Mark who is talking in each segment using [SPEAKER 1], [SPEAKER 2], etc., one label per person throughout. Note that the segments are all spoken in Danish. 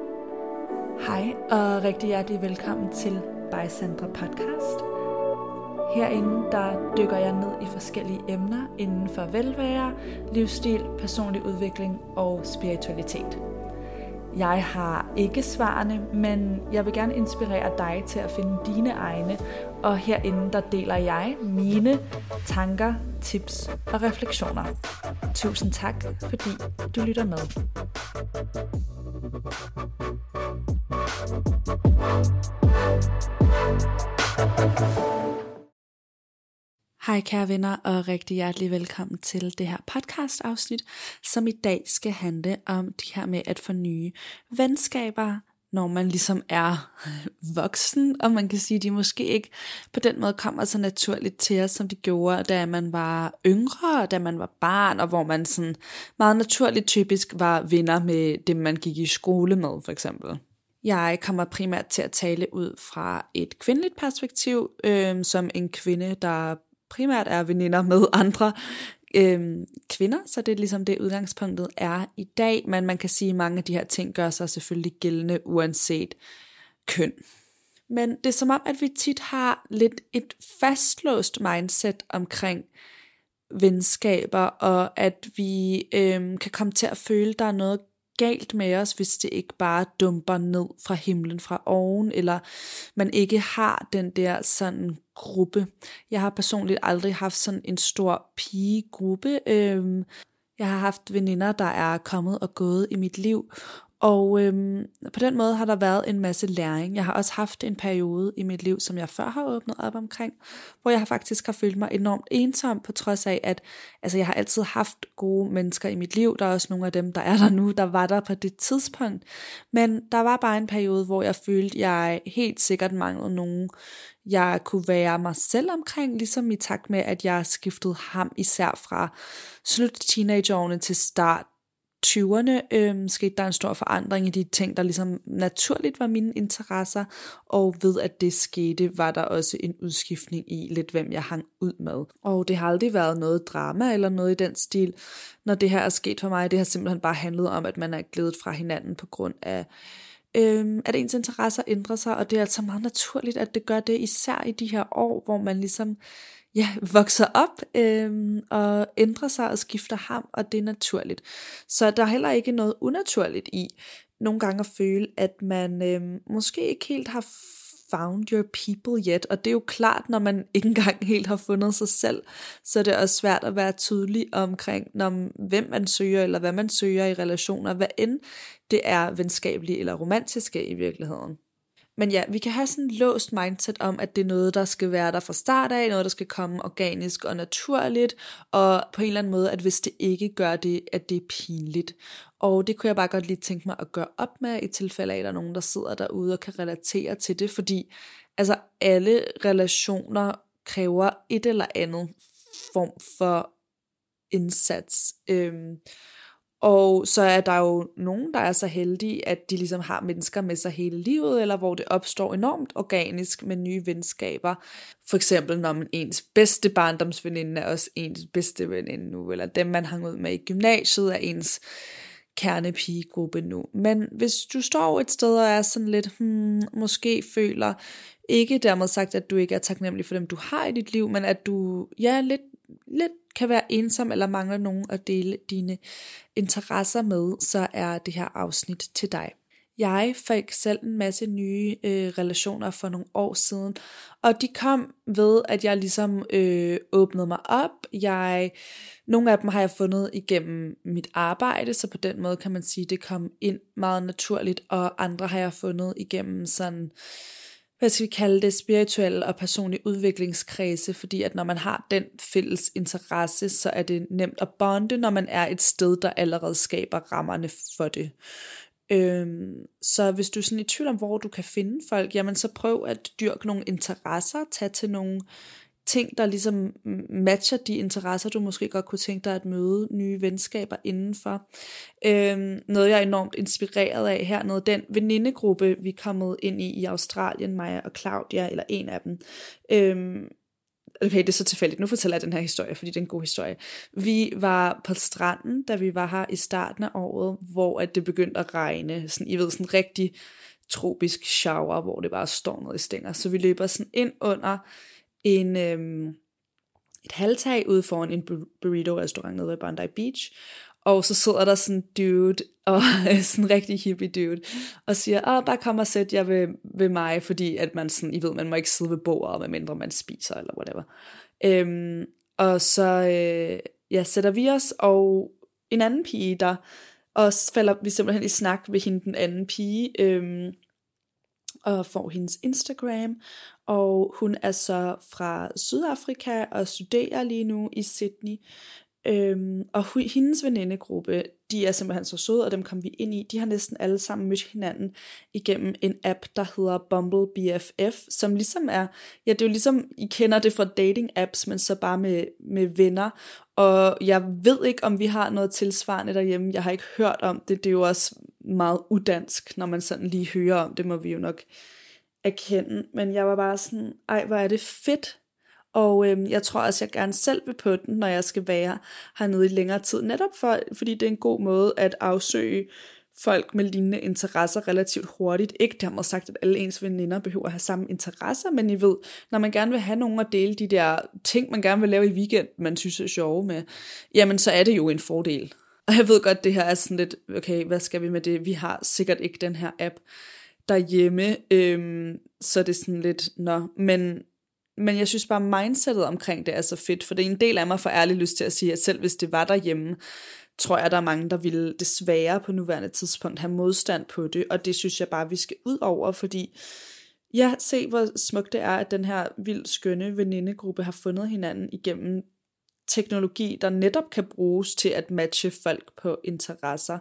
[SPEAKER 1] Hej og rigtig hjertelig velkommen til By Sandra Podcast. Herinde der dykker jeg ned i forskellige emner inden for velvære, livsstil, personlig udvikling og spiritualitet. Jeg har ikke svarene, men jeg vil gerne inspirere dig til at finde dine egne, og herinde der deler jeg mine tanker, tips og refleksioner. Tusind tak, fordi du lytter med. Hej kære venner og rigtig hjertelig velkommen til det her podcast afsnit, som i dag skal handle om det her med at forny venskaber, når man ligesom er voksen, og man kan sige, at de måske ikke på den måde kommer så naturligt til os, som de gjorde, da man var yngre, da man var barn, og hvor man sådan meget naturligt typisk var venner med dem, man gik i skole med, for eksempel. Jeg kommer primært til at tale ud fra et kvindeligt perspektiv, som en kvinde, der primært er veninder med andre kvinder, så det er ligesom det udgangspunktet er i dag, men man kan sige, at mange af de her ting gør sig selvfølgelig gældende uanset køn. Men det er som om, at vi tit har lidt et fastlåst mindset omkring venskaber, og at vi kan komme til at føle, at der er noget galt med os, hvis det ikke bare dumper ned fra himlen fra oven, eller man ikke har den der sådan gruppe. Jeg har personligt aldrig haft sådan en stor pigegruppe. Jeg har haft veninder, der er kommet og gået i mit liv, og på den måde har der været en masse læring. Jeg har også haft en periode i mit liv, som jeg før har åbnet op omkring, hvor jeg faktisk har følt mig enormt ensom, på trods af, at jeg har altid haft gode mennesker i mit liv. Der er også nogle af dem, der er der nu, der var der på det tidspunkt. Men der var bare en periode, hvor jeg følte, at jeg helt sikkert manglede nogen, jeg kunne være mig selv omkring, ligesom i takt med, at jeg skiftede ham især fra slut teenageårene til start 20'erne, skete der en stor forandring i de ting, der ligesom naturligt var mine interesser, og ved at det skete, var der også en udskiftning i lidt, hvem jeg hang ud med. Og det har aldrig været noget drama eller noget i den stil, når det her er sket for mig. Det har simpelthen bare handlet om, at man er glædet fra hinanden på grund af at ens interesser ændrer sig, og det er altså meget naturligt, at det gør det, især i de her år, hvor man ligesom vokser op og ændrer sig og skifter ham, og det er naturligt. Så der er heller ikke noget unaturligt i nogle gange at føle, at man måske ikke helt har found your people yet, og det er jo klart, når man ikke engang helt har fundet sig selv, så er det også svært at være tydelig omkring, hvem man søger, eller hvad man søger i relationer, hvad end det er venskabelige eller romantiske i virkeligheden. Men ja, vi kan have sådan en låst mindset om, at det er noget, der skal være der fra start af, noget, der skal komme organisk og naturligt, og på en eller anden måde, at hvis det ikke gør det, at det er pinligt. Og det kunne jeg bare godt lige tænke mig at gøre op med, i tilfælde af, at der er nogen, der sidder derude og kan relatere til det, fordi alle relationer kræver et eller andet form for indsats. Og så er der jo nogen, der er så heldige, at de ligesom har mennesker med sig hele livet, eller hvor det opstår enormt organisk med nye venskaber. For eksempel når man ens bedste barndomsveninde er også ens bedste veninde nu, eller dem man hang ud med i gymnasiet er ens kernepigegruppe nu. Men hvis du står et sted og er sådan lidt, måske føler, ikke dermed sagt, at du ikke er taknemmelig for dem, du har i dit liv, men at du lidt kan være ensom eller mangler nogen at dele dine interesser med, så er det her afsnit til dig. Jeg fik selv en masse nye relationer for nogle år siden, og de kom ved, at jeg ligesom åbnede mig op. Nogle af dem har jeg fundet igennem mit arbejde, så på den måde kan man sige, at det kom ind meget naturligt, og andre har jeg fundet igennem sådan, hvad skal vi kalde det, spirituelle og personlige udviklingskredse, fordi at når man har den fælles interesse, så er det nemt at bonde, når man er et sted, der allerede skaber rammerne for det. Så hvis du er sådan i tvivl om, hvor du kan finde folk, jamen så prøv at dyrke nogle interesser, tag til nogle ting, der ligesom matcher de interesser, du måske godt kunne tænke dig at møde nye venskaber indenfor. Noget jeg er enormt inspireret af her, noget den venindegruppe, vi er kommet ind i Australien, mig og Claudia, eller en af dem, Okay, det er så tilfældigt. Nu fortæller jeg den her historie, fordi det er en god historie. Vi var på stranden, da vi var her i starten af året, hvor at det begyndte at regne. Sådan, I ved, sådan en rigtig tropisk shower, hvor det bare stormede i stænger. Så vi løber sådan ind under et halvtag ude foran en burrito-restaurant nede ved Bondi Beach. Og så sidder der sådan en dude, og sådan en rigtig hippie dude, og siger, bare kom og sæt jer ved mig, fordi at man sådan, I ved, man må ikke sidde ved bordet, medmindre man spiser, eller whatever. Og så sætter vi os, og en anden pige der, og så falder vi simpelthen i snak ved hende, den anden pige, og får hendes Instagram, og hun er så fra Sydafrika, og studerer lige nu i Sydney, og hendes venindegruppe, de er simpelthen så søde, og dem kom vi ind i. De har næsten alle sammen mødt hinanden igennem en app, der hedder Bumble BFF, som ligesom er, ja, det er jo ligesom, I kender det fra dating apps, men så bare med venner, og jeg ved ikke, om vi har noget tilsvarende derhjemme. Jeg har ikke hørt om det. Det er jo også meget udansk, når man sådan lige hører om det, må vi jo nok erkende. Men jeg var bare sådan, ej, hvor er det fedt. Og jeg tror også, jeg gerne selv vil på den, når jeg skal være hernede i længere tid. Netop fordi det er en god måde at afsøge folk med lignende interesser relativt hurtigt. Ikke dermed sagt, at alle ens veninder behøver at have samme interesser, men I ved, når man gerne vil have nogen at dele de der ting, man gerne vil lave i weekend, man synes er sjove med, jamen så er det jo en fordel. Og jeg ved godt, det her er sådan lidt, okay, hvad skal vi med det? Vi har sikkert ikke den her app derhjemme, så det er sådan lidt, men jeg synes bare, mindsetet omkring det er så fedt, for det er en del af mig for ærlig lyst til at sige, at selv hvis det var derhjemme, tror jeg, der er mange, der ville desværre på nuværende tidspunkt have modstand på det, og det synes jeg bare, vi skal ud over, fordi ja, se hvor smukt det er, at den her vildt skønne venindegruppe har fundet hinanden igennem teknologi, der netop kan bruges til at matche folk på interesser.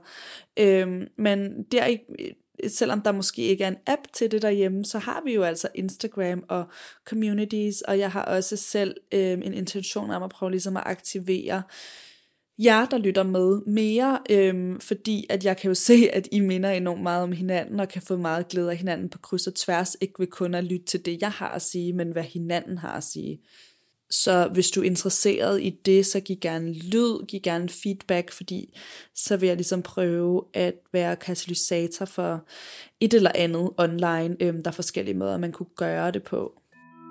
[SPEAKER 1] Men det er ikke, selvom der måske ikke er en app til det derhjemme, så har vi jo altså Instagram og communities, og jeg har også selv en intention om at prøve ligesom at aktivere jer, der lytter med mere, fordi at jeg kan jo se, at I minder enormt meget om hinanden, og kan få meget glæde af hinanden på kryds og tværs, ikke ved kun at lytte til det, jeg har at sige, men hvad hinanden har at sige. Så hvis du er interesseret i det, så giv gerne lyd, giv gerne feedback, fordi så vil jeg ligesom prøve at være katalysator for et eller andet online. Der er forskellige måder, man kunne gøre det på.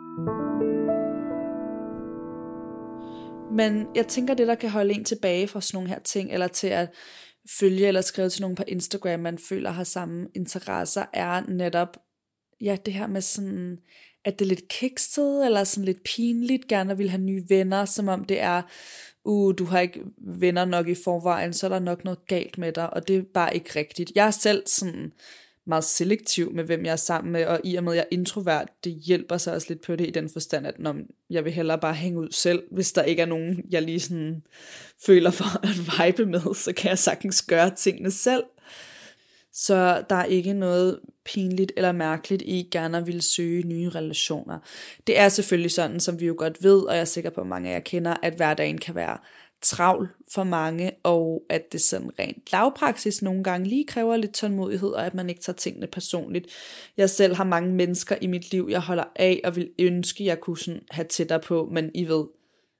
[SPEAKER 1] Men jeg tænker, det der kan holde en tilbage fra sådan nogle her ting, eller til at følge eller skrive til nogen på Instagram, man føler har samme interesser, er netop, ja, det her med sådan, at det er lidt kikset, eller sådan lidt pinligt, gerne vil have nye venner, som om det er, du har ikke venner nok i forvejen, så er der nok noget galt med dig, og det er bare ikke rigtigt. Jeg er selv sådan meget selektiv med, hvem jeg er sammen med, og i og med, at jeg er introvert, det hjælper sig også lidt på det i den forstand, at når jeg vil hellere bare hænge ud selv, hvis der ikke er nogen, jeg lige sådan føler for at vibe med, så kan jeg sagtens gøre tingene selv. Så der er ikke noget pinligt eller mærkeligt i gerne at ville søge nye relationer. Det er selvfølgelig sådan, som vi jo godt ved, og jeg er sikker på, at mange af jer kender, at hverdagen kan være travl for mange, og at det sådan rent lavpraksis nogle gange lige kræver lidt tålmodighed, og at man ikke tager tingene personligt. Jeg selv har mange mennesker i mit liv, jeg holder af, og vil ønske, jeg kunne sådan have tættere på, men I ved,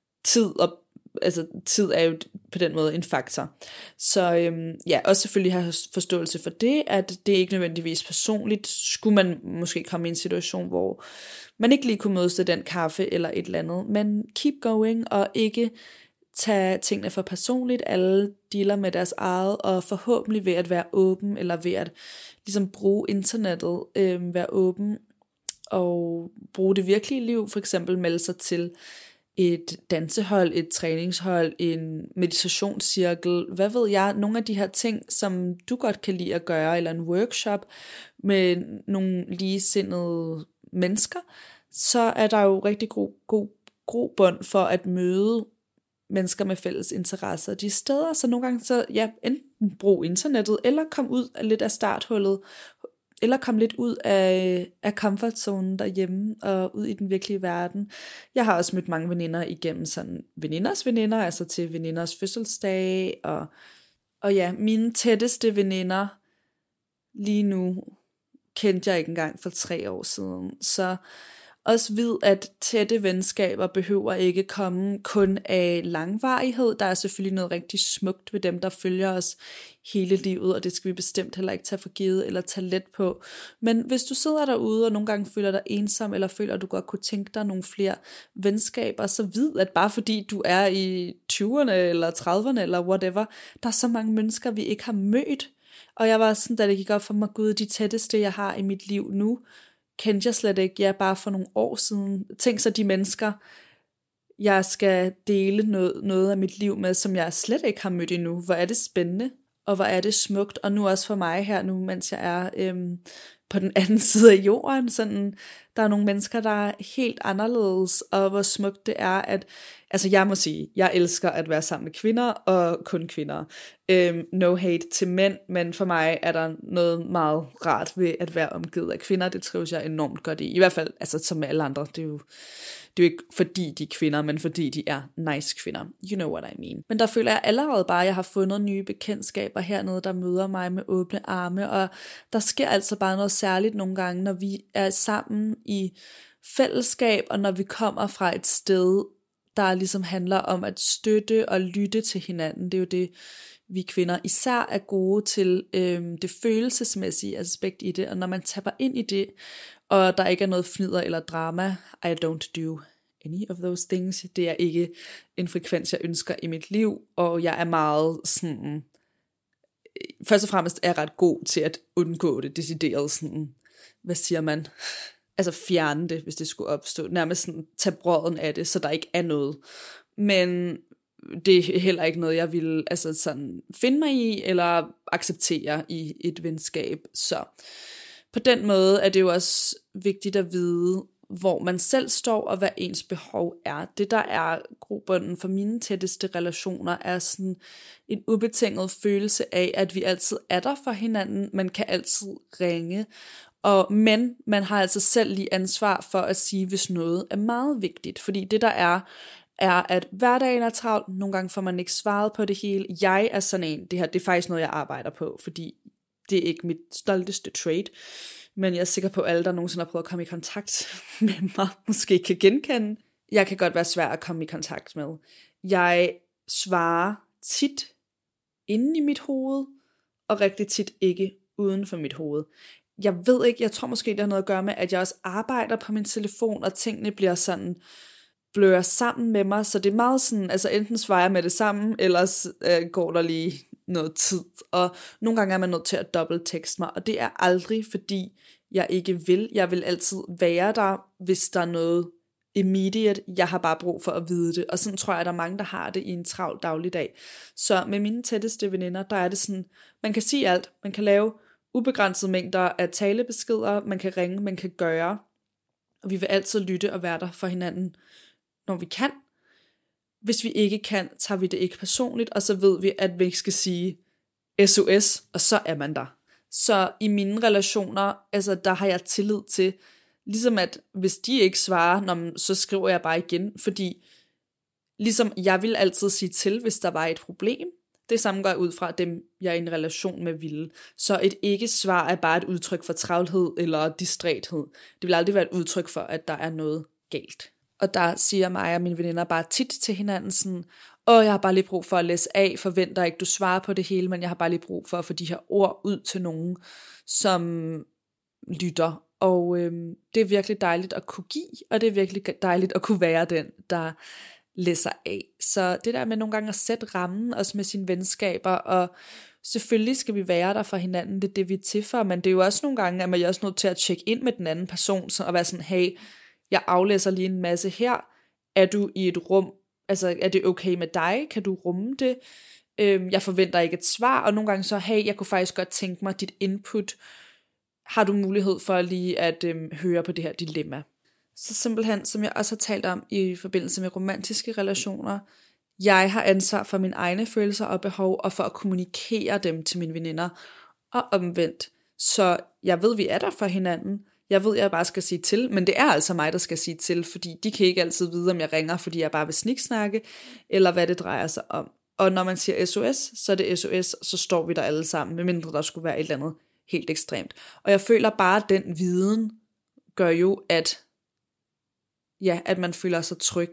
[SPEAKER 1] tid er jo på den måde en faktor. Så ja, også selvfølgelig have forståelse for det, at det ikke nødvendigvis personligt. Skulle man måske komme i en situation, hvor man ikke lige kunne mødes til den kaffe eller et eller andet, men keep going, og ikke tage tingene for personligt. Alle dealer med deres eget, og forhåbentlig ved at være åben, eller ved at ligesom bruge internettet, være åben, og bruge det virkelige liv, for eksempel melde sig til et dansehold, et træningshold, en meditationscirkel, hvad ved jeg, nogle af de her ting, som du godt kan lide at gøre, eller en workshop med nogle ligesindede mennesker, så er der jo rigtig god grobund for at møde mennesker med fælles interesser de steder, så nogle gange så, ja, enten brug internettet, eller kom ud af lidt af starthullet, eller komme lidt ud af comfortzonen derhjemme, og ud i den virkelige verden. Jeg har også mødt mange veninder igennem sådan veninders veninder, altså til veninders fødselsdage, og ja, mine tætteste veninder lige nu kendte jeg ikke engang for 3 år siden. Så Også vid, at tætte venskaber behøver ikke komme kun af langvarighed. Der er selvfølgelig noget rigtig smukt ved dem, der følger os hele livet, og det skal vi bestemt heller ikke tage for givet eller tage let på. Men hvis du sidder derude og nogle gange føler dig ensom, eller føler, at du godt kunne tænke dig nogle flere venskaber, så vid, at bare fordi du er i 20'erne eller 30'erne eller whatever, der er så mange mennesker, vi ikke har mødt. Og jeg var sådan, da det gik op for mig, gud, de tætteste, jeg har i mit liv nu, kendte jeg slet ikke, ja, bare for nogle år siden. Tænk så de mennesker, jeg skal dele noget af mit liv med, som jeg slet ikke har mødt endnu. Hvor er det spændende, og hvor er det smukt. Og nu også for mig her, nu mens jeg er på den anden side af jorden, sådan, der er nogle mennesker, der er helt anderledes, og hvor smukt det er, at, altså jeg må sige, jeg elsker at være sammen med kvinder, og kun kvinder. No hate til mænd, men for mig er der noget meget rart ved at være omgivet af kvinder. Det trives jeg enormt godt i hvert fald, altså som med alle andre. Det er jo ikke fordi de er kvinder, men fordi de er nice kvinder. You know what I mean. Men der føler jeg allerede bare, at jeg har fundet nye bekendtskaber hernede, der møder mig med åbne arme, og der sker altså bare noget særligt nogle gange, når vi er sammen i fællesskab, og når vi kommer fra et sted, der ligesom handler om at støtte og lytte til hinanden. Det er jo det, vi kvinder især er gode til, det følelsesmæssige aspekt i det, og når man tapper ind i det, og der ikke er noget fnider eller drama, I don't do any of those things. Det er ikke en frekvens, jeg ønsker i mit liv, og jeg er meget sådan, først og fremmest er jeg ret god til at undgå det, decideret sådan, hvad siger man, altså fjerne det, hvis det skulle opstå, nærmest sådan tage brøden af det, så der ikke er noget, men det er heller ikke noget, jeg vil altså sådan finde mig i, eller acceptere i et venskab, så på den måde er det jo også vigtigt at vide, hvor man selv står, og hvad ens behov er. Det, der er grobunden for mine tætteste relationer, er sådan en ubetinget følelse af, at vi altid er der for hinanden. Man kan altid ringe, men man har altså selv lige ansvar for at sige, hvis noget er meget vigtigt. Fordi det, der er, at hverdagen er travlt. Nogle gange får man ikke svaret på det hele. Jeg er sådan en, det er faktisk noget, jeg arbejder på, fordi det er ikke mit stolteste trait, men jeg er sikker på, at alle, der nogensinde har prøvet at komme i kontakt med mig, måske kan genkende. Jeg kan godt være svær at komme i kontakt med. Jeg svarer tit inde i mit hoved, og rigtig tit ikke uden for mit hoved. Jeg ved ikke, jeg tror måske, det har noget at gøre med, at jeg også arbejder på min telefon, og tingene bliver sådan blører sammen med mig, så det er meget sådan, altså enten svarer jeg med det samme, ellers går der lige noget tid, og nogle gange er man nødt til at dobbelttekste mig, og det er aldrig, fordi jeg ikke vil. Jeg vil altid være der, hvis der er noget immediate. Jeg har bare brug for at vide det, og sådan tror jeg, at der er mange, der har det i en travl dagligdag. Så med mine tætteste veninder, der er det sådan, man kan sige alt, man kan lave ubegrænsede mængder af talebeskeder, man kan ringe, man kan gøre, og vi vil altid lytte og være der for hinanden, når vi kan. Hvis vi ikke kan, tager vi det ikke personligt, og så ved vi, at vi ikke skal sige SOS, og så er man der. Så i mine relationer, altså der har jeg tillid til, ligesom at hvis de ikke svarer, så skriver jeg bare igen, fordi ligesom jeg vil altid sige til, hvis der var et problem. Det samme går jeg ud fra dem, jeg er i en relation med ville. Så et ikke-svar er bare et udtryk for travlhed eller distræthed. Det vil aldrig være et udtryk for, at der er noget galt. Og der siger mig og mine veninder bare tit til hinanden sådan, jeg har bare lige brug for at læse af, forventer ikke, du svarer på det hele, men jeg har bare lige brug for at få de her ord ud til nogen, som lytter. Og det er virkelig dejligt at kunne give, og det er virkelig dejligt at kunne være den, der læser af. Så det der med nogle gange at sætte rammen, også med sine venskaber, og selvfølgelig skal vi være der for hinanden, det er det, vi er til for, men det er jo også nogle gange, at man er også nødt til at tjekke ind med den anden person, og være sådan, hey, jeg aflæser lige en masse her, er du i et rum, altså er det okay med dig, kan du rumme det, jeg forventer ikke et svar, og nogle gange så, hey, jeg kunne faktisk godt tænke mig dit input, har du mulighed for lige at høre på det her dilemma. Så simpelthen, som jeg også har talt om i forbindelse med romantiske relationer, jeg har ansvar for mine egne følelser og behov, og for at kommunikere dem til mine veninder, og omvendt. Så jeg ved, vi er der for hinanden. Jeg ved, jeg bare skal sige til, men det er altså mig, der skal sige til, fordi de kan ikke altid vide, om jeg ringer, fordi jeg bare vil sniksnakke, eller hvad det drejer sig om. Og når man siger SOS, så er det SOS, så står vi der alle sammen, medmindre der skulle være et eller andet helt ekstremt. Og jeg føler bare, at den viden gør jo, at at man føler sig tryg.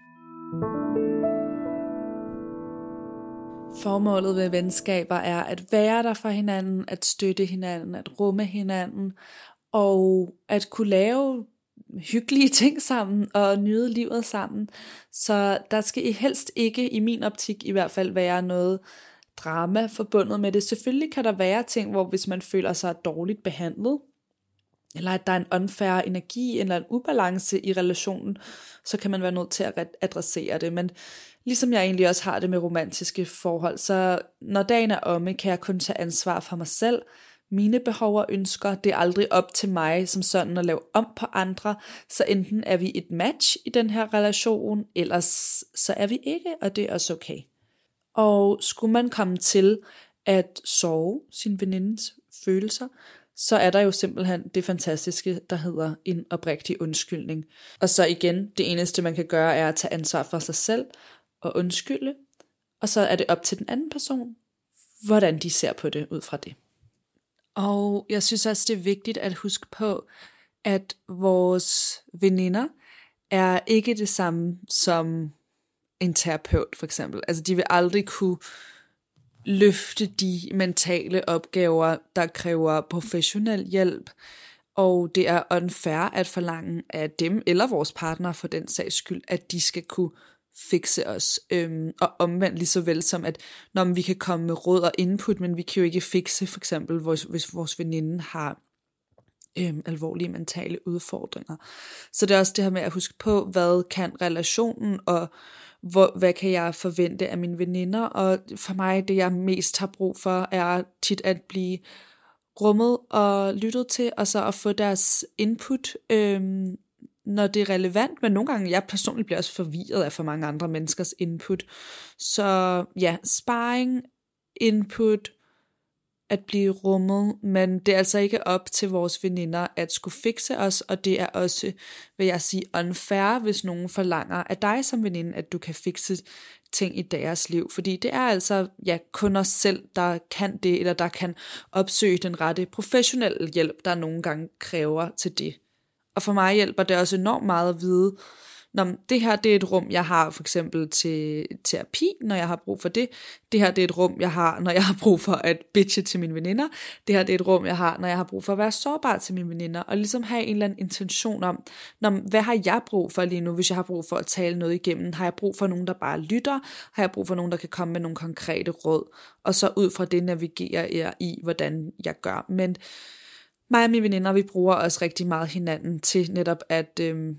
[SPEAKER 1] Formålet ved venskaber er at være der for hinanden, at støtte hinanden, at rumme hinanden, og at kunne lave hyggelige ting sammen og nyde livet sammen. Så der skal helst ikke, i min optik i hvert fald, være noget drama forbundet med det. Selvfølgelig kan der være ting, hvor hvis man føler sig dårligt behandlet, eller at der er en unfair energi eller en ubalance i relationen, så kan man være nødt til at adressere det. Men ligesom jeg egentlig også har det med romantiske forhold, så når dagen er omme, kan jeg kun tage ansvar for mig selv, mine behov og ønsker. Det er aldrig op til mig som sådan at lave om på andre, så enten er vi et match i den her relation, ellers så er vi ikke, og det er også okay. Og skulle man komme til at sove sin venindes følelser, så er der jo simpelthen det fantastiske, der hedder en oprigtig undskyldning. Og så igen, det eneste man kan gøre, er at tage ansvar for sig selv og undskylde, og så er det op til den anden person, hvordan de ser på det ud fra det. Og jeg synes også, det er vigtigt at huske på, at vores veninder er ikke det samme som en terapeut for eksempel. Altså de vil aldrig kunne løfte de mentale opgaver, der kræver professionel hjælp, og det er unfair at forlange af dem eller vores partner for den sags skyld, at de skal kunne fikse os, og omvendt lige så vel som at når vi kan komme med råd og input, men vi kan jo ikke fikse for eksempel, hvis vores veninde har alvorlige mentale udfordringer. Så det er også det her med at huske på, hvad kan relationen, og hvad kan jeg forvente af mine veninder, og for mig, det jeg mest har brug for, er tit at blive rummet og lyttet til, og så at få deres input, når det er relevant, men nogle gange, jeg personligt bliver også forvirret af for mange andre menneskers input. Så ja, sparring, input, at blive rummet, men det er altså ikke op til vores veninder at skulle fikse os, og det er også, vil jeg sige, unfair, hvis nogen forlanger af dig som veninde, at du kan fikse ting i deres liv, fordi det er altså kun os selv, der kan det, eller der kan opsøge den rette professionelle hjælp, der nogle gange kræver til det. Og for mig hjælper det også enormt meget at vide, når det her det er et rum, jeg har for eksempel til terapi, når jeg har brug for det. Det her det er et rum, jeg har, når jeg har brug for at bitche til mine veninder. Det her det er et rum, jeg har, når jeg har brug for at være sårbar til mine veninder. Og ligesom have en eller anden intention om, hvad har jeg brug for lige nu, hvis jeg har brug for at tale noget igennem? Har jeg brug for nogen, der bare lytter? Har jeg brug for nogen, der kan komme med nogle konkrete råd? Og så ud fra det navigerer jeg i, hvordan jeg gør. Men mig og mine veninder, vi bruger også rigtig meget hinanden til netop at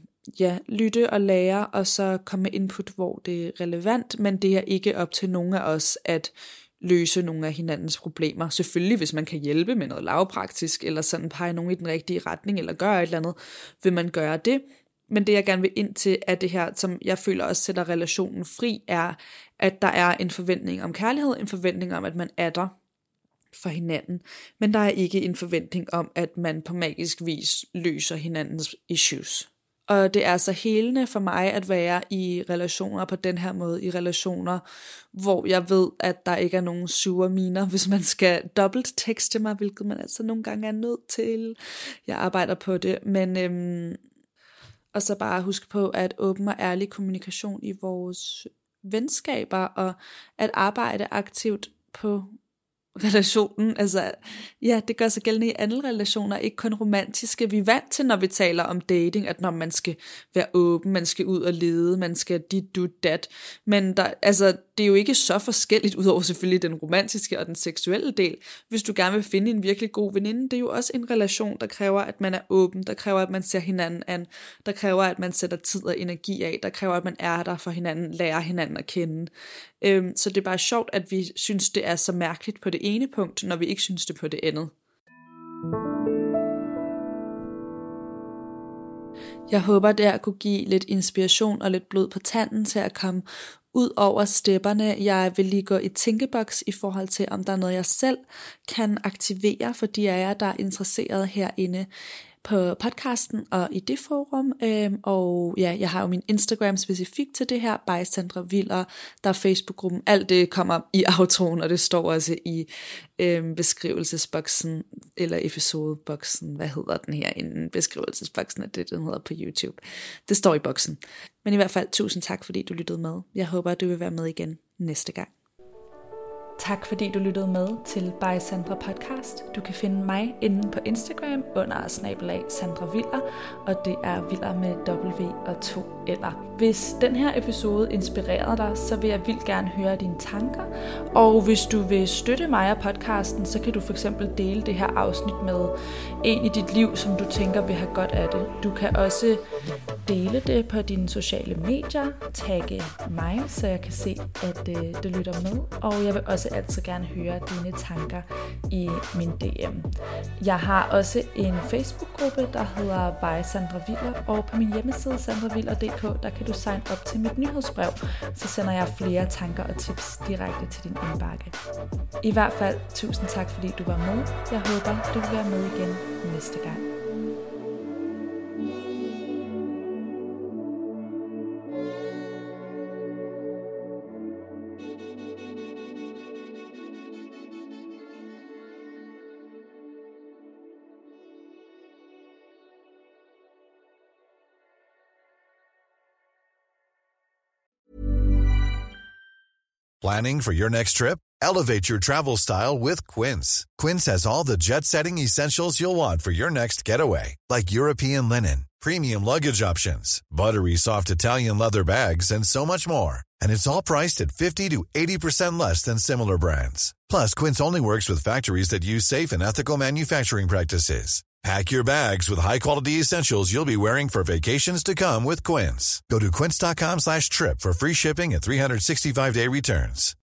[SPEAKER 1] lytte og lære, og så komme med input, hvor det er relevant, men det er ikke op til nogen af os at løse nogle af hinandens problemer. Selvfølgelig, hvis man kan hjælpe med noget lavpraktisk, eller sådan pege nogen i den rigtige retning, eller gøre et eller andet, vil man gøre det. Men det jeg gerne vil ind til, er det her, som jeg føler også sætter relationen fri, er, at der er en forventning om kærlighed, en forventning om, at man er der for hinanden, men der er ikke en forventning om, at man på magisk vis løser hinandens issues. Og det er så helende for mig at være i relationer på den her måde, i relationer, hvor jeg ved, at der ikke er nogen sure miner, hvis man skal dobbelt tekste mig, hvilket man altså nogle gange er nødt til. Jeg arbejder på det, men og så bare huske på, at åben og ærlig kommunikation i vores venskaber, og at arbejde aktivt på relationen, altså det gør sig gældende i alle relationer, ikke kun romantiske. Vi er vant til, når vi taler om dating, at når man skal være åben, man skal ud og lede, man skal dit, dut, dat, men det er jo ikke så forskelligt, udover selvfølgelig den romantiske og den seksuelle del. Hvis du gerne vil finde en virkelig god veninde, det er jo også en relation, der kræver, at man er åben, der kræver, at man ser hinanden an, der kræver, at man sætter tid og energi af, der kræver, at man er der for hinanden, lærer hinanden at kende. Så det er bare sjovt, at vi synes, det er så mærkeligt på det ene punkt, når vi ikke synes det på det andet. Jeg håber, det her kunne give lidt inspiration og lidt blod på tanden til at komme ud over stepperne. Jeg vil lige gå i tænkeboks i forhold til, om der er noget, jeg selv kan aktivere for de af jer, der er interesseret herinde på podcasten og i det forum, og jeg har jo min Instagram specifikt til det her, by Sandra Willer, der er Facebook-gruppen, alt det kommer i outroen, og det står også i beskrivelsesboksen eller episodeboksen, hvad hedder den her, inden beskrivelsesboksen af det, den hedder på YouTube. Det står i boksen. Men i hvert fald, tusind tak, fordi du lyttede med. Jeg håber, at du vil være med igen næste gang. Tak fordi du lyttede med til By Sandra Podcast. Du kan finde mig inde på Instagram under @SandraViller, og det er Viller med W og 2 L'er. Hvis den her episode inspirerede dig, så vil jeg vildt gerne høre dine tanker. Og hvis du vil støtte mig og podcasten, så kan du for eksempel dele det her afsnit med en i dit liv, som du tænker vil have godt af det. Du kan også dele det på dine sociale medier, tagge mig, så jeg kan se, at du lytter med. Og jeg vil også altid gerne høre dine tanker i min DM. Jeg har også en Facebook-gruppe, der hedder By Sandra Viller, og på min hjemmeside sandraviller.dk, der kan du signe op til mit nyhedsbrev, så sender jeg flere tanker og tips direkte til din indbakke. I hvert fald, tusind tak fordi du var med. Jeg håber, du vil være med igen næste gang.
[SPEAKER 2] Planning for your next trip? Elevate your travel style with Quince. Quince has all the jet-setting essentials you'll want for your next getaway, like European linen, premium luggage options, buttery soft Italian leather bags, and so much more. And it's all priced at 50 to 80% less than similar brands. Plus, Quince only works with factories that use safe and ethical manufacturing practices. Pack your bags with high-quality essentials you'll be wearing for vacations to come with Quince. Go to quince.com/trip for free shipping and 365-day returns.